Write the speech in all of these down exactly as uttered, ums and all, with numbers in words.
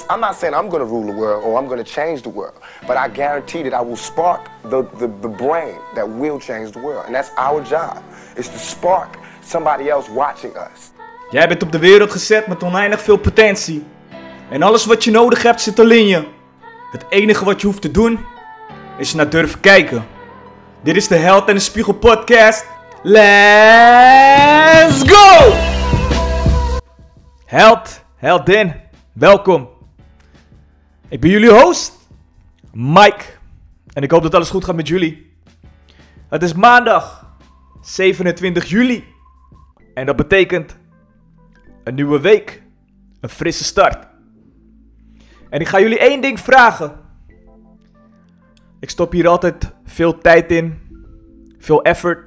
I'm not saying I'm going to rule the world or I'm going to change the world, but I guarantee that I will spark the, the, the brain that will change the world. And that's our job, is to spark somebody else watching us. Jij bent op de wereld gezet met oneindig veel potentie. En alles wat je nodig hebt zit al in je. Het enige wat je hoeft te doen, is naar durven kijken. Dit is de Held en de Spiegel podcast. Let's go! Held, heldin, welkom. Ik ben jullie host, Mike. En ik hoop dat alles goed gaat met jullie. Het is maandag, zevenentwintig juli. En dat betekent een nieuwe week, een frisse start. En ik ga jullie één ding vragen. Ik stop hier altijd veel tijd in, veel effort.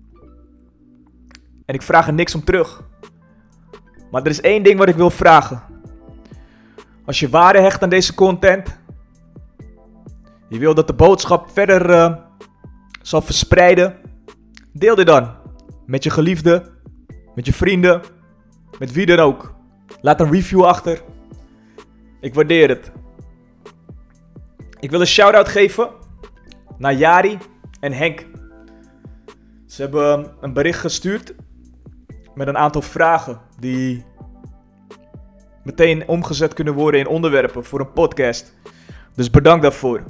En ik vraag er niks om terug. Maar er is één ding wat ik wil vragen. Als je waarde hecht aan deze content, je wil dat de boodschap verder uh, zal verspreiden, deel dit dan. Met je geliefde, met je vrienden, met wie dan ook. Laat een review achter. Ik waardeer het. Ik wil een shout-out geven naar Jari en Henk. Ze hebben een bericht gestuurd met een aantal vragen die meteen omgezet kunnen worden in onderwerpen voor een podcast. Dus bedankt daarvoor.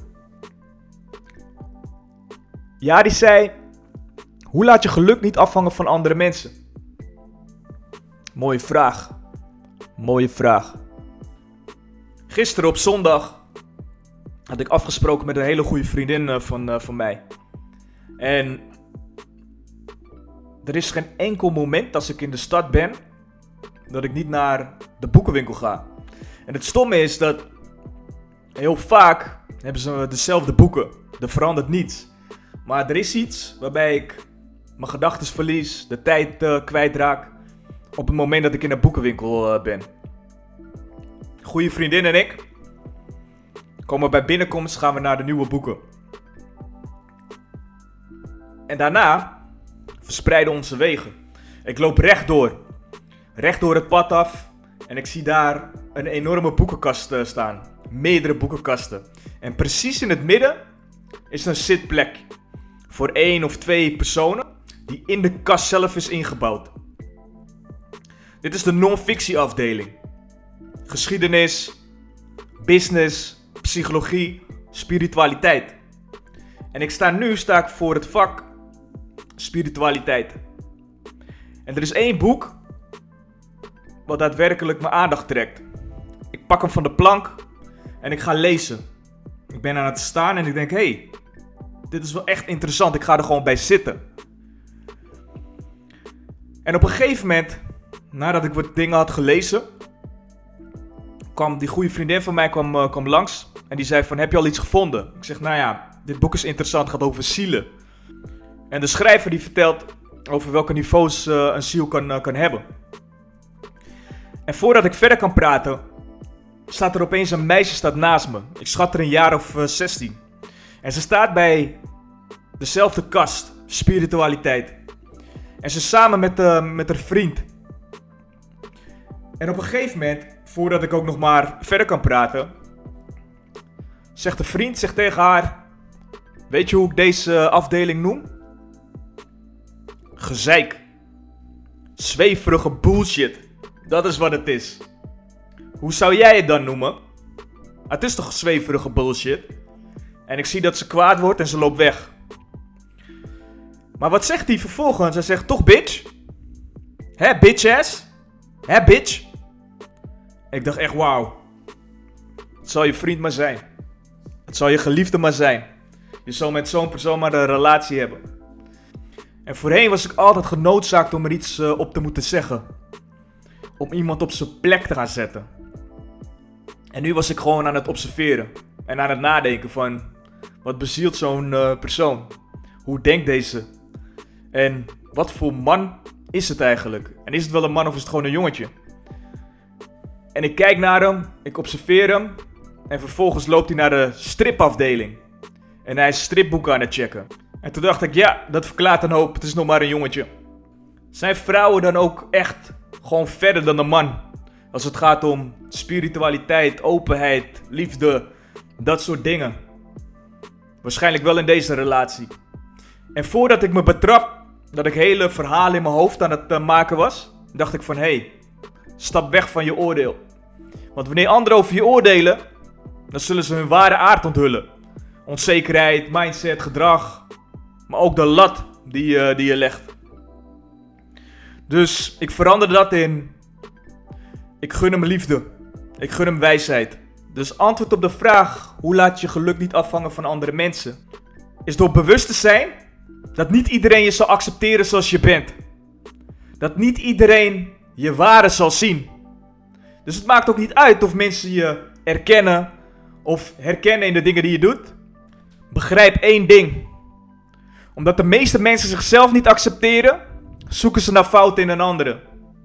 Jari zei: hoe laat je geluk niet afhangen van andere mensen? Mooie vraag. Mooie vraag. Gisteren op zondag had ik afgesproken met een hele goede vriendin van, uh, van mij. En er is geen enkel moment als ik in de stad ben dat ik niet naar de boekenwinkel ga. En het stomme is dat heel vaak hebben ze dezelfde boeken. Er verandert niets. Maar er is iets waarbij ik mijn gedachten verlies, de tijd uh, kwijtraak op het moment dat ik in de boekenwinkel uh, ben. Goeie vriendin en ik komen bij binnenkomst, gaan we naar de nieuwe boeken. En daarna verspreiden onze wegen. Ik loop rechtdoor. Recht door het pad af. En ik zie daar een enorme boekenkast uh, staan. Meerdere boekenkasten. En precies in het midden is een zitplek. Voor één of twee personen die in de kast zelf is ingebouwd. Dit is de non-fictie afdeling. Geschiedenis, business, psychologie, spiritualiteit. En ik sta nu sta ik voor het vak spiritualiteit. En er is één boek wat daadwerkelijk mijn aandacht trekt. Ik pak hem van de plank en ik ga lezen. Ik ben aan het staan en ik denk, hé, hey, dit is wel echt interessant. Ik ga er gewoon bij zitten. En op een gegeven moment, nadat ik wat dingen had gelezen, kwam die goede vriendin van mij kwam, uh, kwam langs. En die zei van, heb je al iets gevonden? Ik zeg, nou ja, dit boek is interessant. Het gaat over zielen. En de schrijver die vertelt over welke niveaus uh, een ziel kan, uh, kan hebben. En voordat ik verder kan praten, staat er opeens een meisje staat naast me. Ik schat er een jaar of uh, zestien. En ze staat bij dezelfde kast, spiritualiteit. En ze is samen met, uh, met haar vriend. En op een gegeven moment, voordat ik ook nog maar verder kan praten, zegt de vriend zegt tegen haar: weet je hoe ik deze afdeling noem? Gezeik. Zweverige bullshit. Dat is wat het is. Hoe zou jij het dan noemen? Het is toch zweverige bullshit? En ik zie dat ze kwaad wordt en ze loopt weg. Maar wat zegt hij vervolgens? Hij zegt, toch bitch? Hè, bitch ass? Hè, bitch? Ik dacht echt, wauw. Het zal je vriend maar zijn. Het zal je geliefde maar zijn. Je zal met zo'n persoon maar een relatie hebben. En voorheen was ik altijd genoodzaakt om er iets uh, op te moeten zeggen. Om iemand op zijn plek te gaan zetten. En nu was ik gewoon aan het observeren. En aan het nadenken van, wat bezielt zo'n uh, persoon? Hoe denkt deze? En wat voor man is het eigenlijk? En is het wel een man of is het gewoon een jongetje? En ik kijk naar hem, ik observeer hem. En vervolgens loopt hij naar de stripafdeling. En hij is stripboeken aan het checken. En toen dacht ik, ja, dat verklaart een hoop. Het is nog maar een jongetje. Zijn vrouwen dan ook echt gewoon verder dan de man? Als het gaat om spiritualiteit, openheid, liefde, dat soort dingen. Waarschijnlijk wel in deze relatie. En voordat ik me betrap dat ik hele verhalen in mijn hoofd aan het uh, maken was, dacht ik van, hé, hey, stap weg van je oordeel. Want wanneer anderen over je oordelen, dan zullen ze hun ware aard onthullen. Onzekerheid, mindset, gedrag, maar ook de lat die, uh, die je legt. Dus ik veranderde dat in, ik gun hem liefde. Ik gun hem wijsheid. Dus antwoord op de vraag, hoe laat je geluk niet afhangen van andere mensen? Is door bewust te zijn dat niet iedereen je zal accepteren zoals je bent. Dat niet iedereen je ware zal zien. Dus het maakt ook niet uit of mensen je erkennen of herkennen in de dingen die je doet. Begrijp één ding. Omdat de meeste mensen zichzelf niet accepteren, zoeken ze naar fouten in een andere.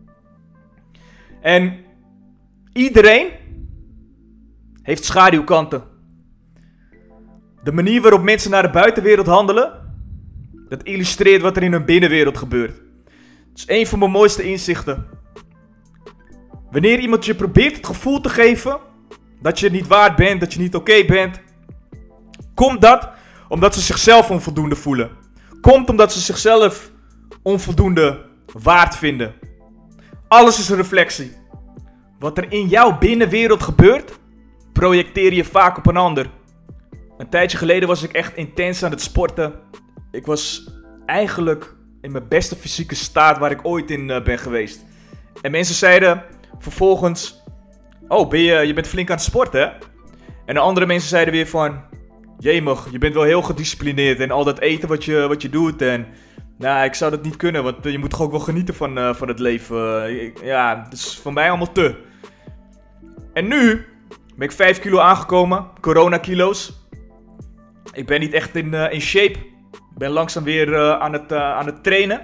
En iedereen heeft schaduwkanten. De manier waarop mensen naar de buitenwereld handelen, dat illustreert wat er in hun binnenwereld gebeurt. Het is een van mijn mooiste inzichten. Wanneer iemand je probeert het gevoel te geven dat je het niet waard bent, dat je niet oké bent, komt dat omdat ze zichzelf onvoldoende voelen. Komt omdat ze zichzelf onvoldoende waard vinden. Alles is een reflectie. Wat er in jouw binnenwereld gebeurt, projecteer je vaak op een ander. Een tijdje geleden was ik echt intens aan het sporten. Ik was eigenlijk in mijn beste fysieke staat waar ik ooit in uh, ben geweest. En mensen zeiden vervolgens, oh, ben je, je bent flink aan het sporten, hè? En de andere mensen zeiden weer van, jemig, je bent wel heel gedisciplineerd en al dat eten wat je, wat je doet. En nou, ik zou dat niet kunnen, want je moet toch ook wel genieten van, uh, van het leven. Uh, ik, ja, dat is voor mij allemaal te. En nu ben ik vijf kilo aangekomen, corona kilo's. Ik ben niet echt in, uh, in shape. Ik ben langzaam weer uh, aan, het, uh, aan het trainen.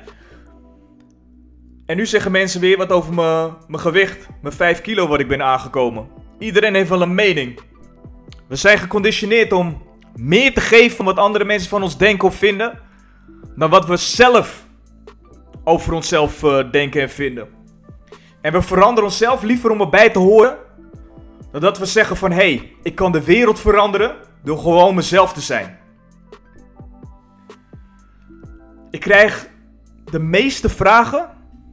En nu zeggen mensen weer wat over mijn gewicht. Mijn vijf kilo wat ik ben aangekomen. Iedereen heeft wel een mening. We zijn geconditioneerd om meer te geven van wat andere mensen van ons denken of vinden, dan wat we zelf over onszelf uh, denken en vinden. En we veranderen onszelf liever om erbij te horen, dan dat we zeggen van, hé, hey, ik kan de wereld veranderen door gewoon mezelf te zijn. Ik krijg de meeste vragen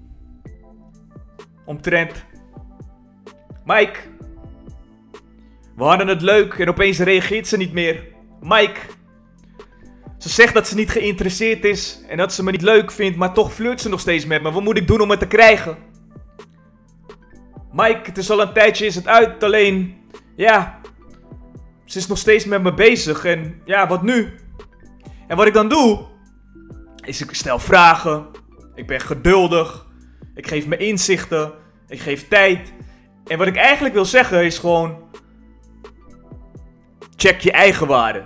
omtrent, Mike, we hadden het leuk en opeens reageert ze niet meer. Mike, ze zegt dat ze niet geïnteresseerd is en dat ze me niet leuk vindt, maar toch flirt ze nog steeds met me. Wat moet ik doen om het te krijgen? Mike, het is al een tijdje, is het uit, alleen, ja, ze is nog steeds met me bezig en ja, wat nu? En wat ik dan doe, is ik stel vragen, ik ben geduldig, ik geef me inzichten, ik geef tijd. En wat ik eigenlijk wil zeggen is gewoon, check je eigen waarde.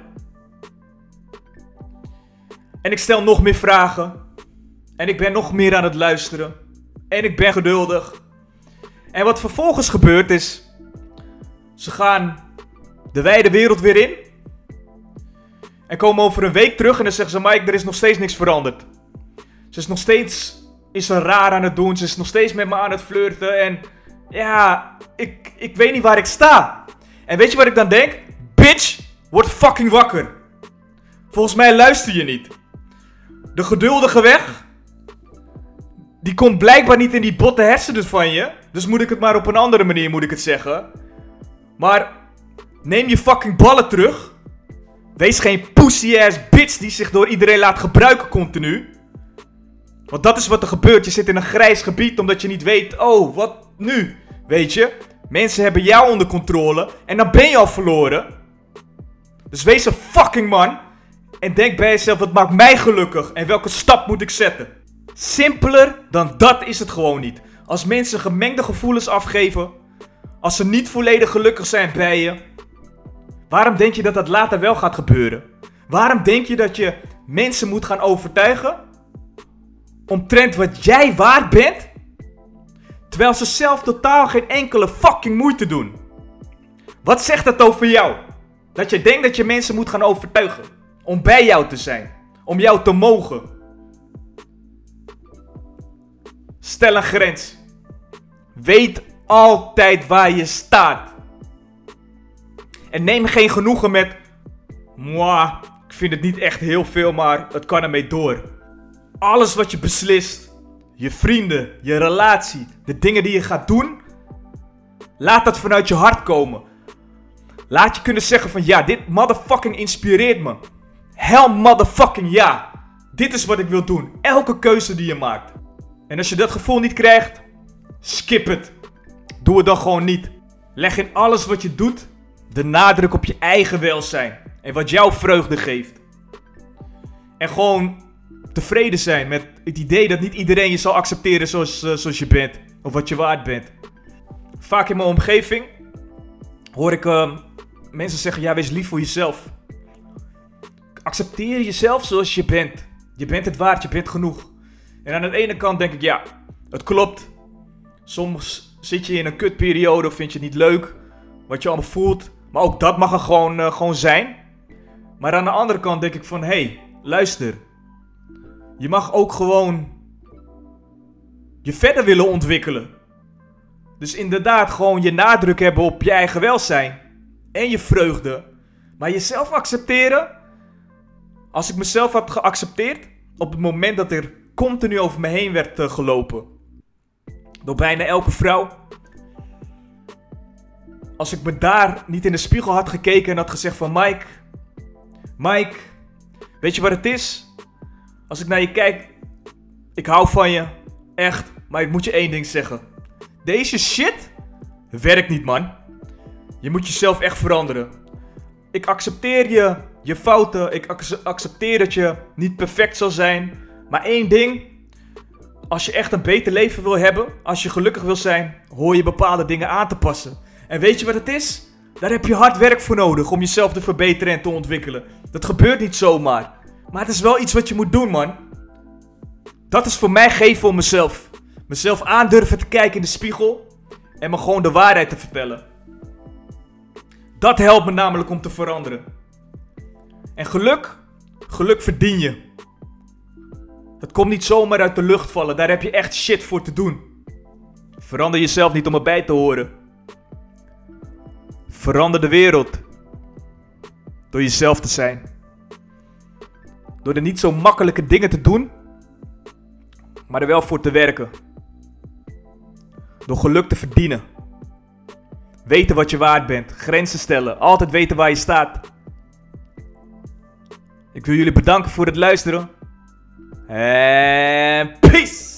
En ik stel nog meer vragen. En ik ben nog meer aan het luisteren. En ik ben geduldig. En wat vervolgens gebeurt is, ze gaan de wijde wereld weer in. En komen over een week terug en dan zeggen ze, Mike, er is nog steeds niks veranderd. Ze is nog steeds, is ze raar aan het doen. Ze is nog steeds met me aan het flirten. En ja, ik, ik weet niet waar ik sta. En weet je wat ik dan denk? Bitch, word fucking wakker. Volgens mij luister je niet. De geduldige weg, die komt blijkbaar niet in die botte hersenen van je. Dus moet ik het maar op een andere manier, moet ik het zeggen. Maar neem je fucking ballen terug. Wees geen pussy-ass bitch die zich door iedereen laat gebruiken continu. Want dat is wat er gebeurt. Je zit in een grijs gebied omdat je niet weet, oh, wat nu? Weet je? Mensen hebben jou onder controle en dan ben je al verloren. Dus wees een fucking man. En denk bij jezelf, wat maakt mij gelukkig? En welke stap moet ik zetten? Simpeler dan dat is het gewoon niet. Als mensen gemengde gevoelens afgeven, als ze niet volledig gelukkig zijn bij je, waarom denk je dat dat later wel gaat gebeuren? Waarom denk je dat je mensen moet gaan overtuigen omtrent wat jij waard bent, terwijl ze zelf totaal geen enkele fucking moeite doen? Wat zegt dat over jou? Dat je denkt dat je mensen moet gaan overtuigen om bij jou te zijn, om jou te mogen. Stel een grens. Weet altijd waar je staat. En neem geen genoegen met... Mwah, ik vind het niet echt heel veel, maar het kan ermee door. Alles wat je beslist, je vrienden, je relatie, de dingen die je gaat doen, laat dat vanuit je hart komen. Laat je kunnen zeggen van ja, dit motherfucking inspireert me. Hell motherfucking ja. Dit is wat ik wil doen. Elke keuze die je maakt. En als je dat gevoel niet krijgt, skip het. Doe het dan gewoon niet. Leg in alles wat je doet de nadruk op je eigen welzijn. En wat jou vreugde geeft. En gewoon tevreden zijn met het idee dat niet iedereen je zal accepteren zoals, uh, zoals je bent. Of wat je waard bent. Vaak in mijn omgeving hoor ik uh, mensen zeggen, ja, wees lief voor jezelf. Accepteer jezelf zoals je bent. Je bent het waard, je bent genoeg. En aan de ene kant denk ik, ja, het klopt. Soms zit je in een kutperiode of vind je het niet leuk wat je allemaal voelt. Maar ook dat mag er gewoon, uh, gewoon zijn. Maar aan de andere kant denk ik van, hé, hey, luister. Je mag ook gewoon je verder willen ontwikkelen. Dus inderdaad gewoon je nadruk hebben op je eigen welzijn. En je vreugde. Maar jezelf accepteren. Als ik mezelf had geaccepteerd op het moment dat er continu over me heen werd uh, gelopen. Door bijna elke vrouw. Als ik me daar niet in de spiegel had gekeken en had gezegd van Mike. Mike, weet je wat het is? Als ik naar je kijk, ik hou van je. Echt, maar ik moet je één ding zeggen. Deze shit werkt niet, man. Je moet jezelf echt veranderen. Ik accepteer je, je fouten. Ik ac- accepteer dat je niet perfect zal zijn. Maar één ding. Als je echt een beter leven wil hebben, als je gelukkig wil zijn, hoor je bepaalde dingen aan te passen. En weet je wat het is? Daar heb je hard werk voor nodig om jezelf te verbeteren en te ontwikkelen. Dat gebeurt niet zomaar. Maar het is wel iets wat je moet doen, man. Dat is voor mij geven om mezelf. Mezelf aandurven te kijken in de spiegel en me gewoon de waarheid te vertellen. Dat helpt me namelijk om te veranderen. En geluk, geluk verdien je. Het komt niet zomaar uit de lucht vallen, daar heb je echt shit voor te doen. Verander jezelf niet om erbij te horen. Verander de wereld. Door jezelf te zijn. Door de niet zo makkelijke dingen te doen, maar er wel voor te werken. Door geluk te verdienen. Weten wat je waard bent. Grenzen stellen. Altijd weten waar je staat. Ik wil jullie bedanken voor het luisteren. En peace!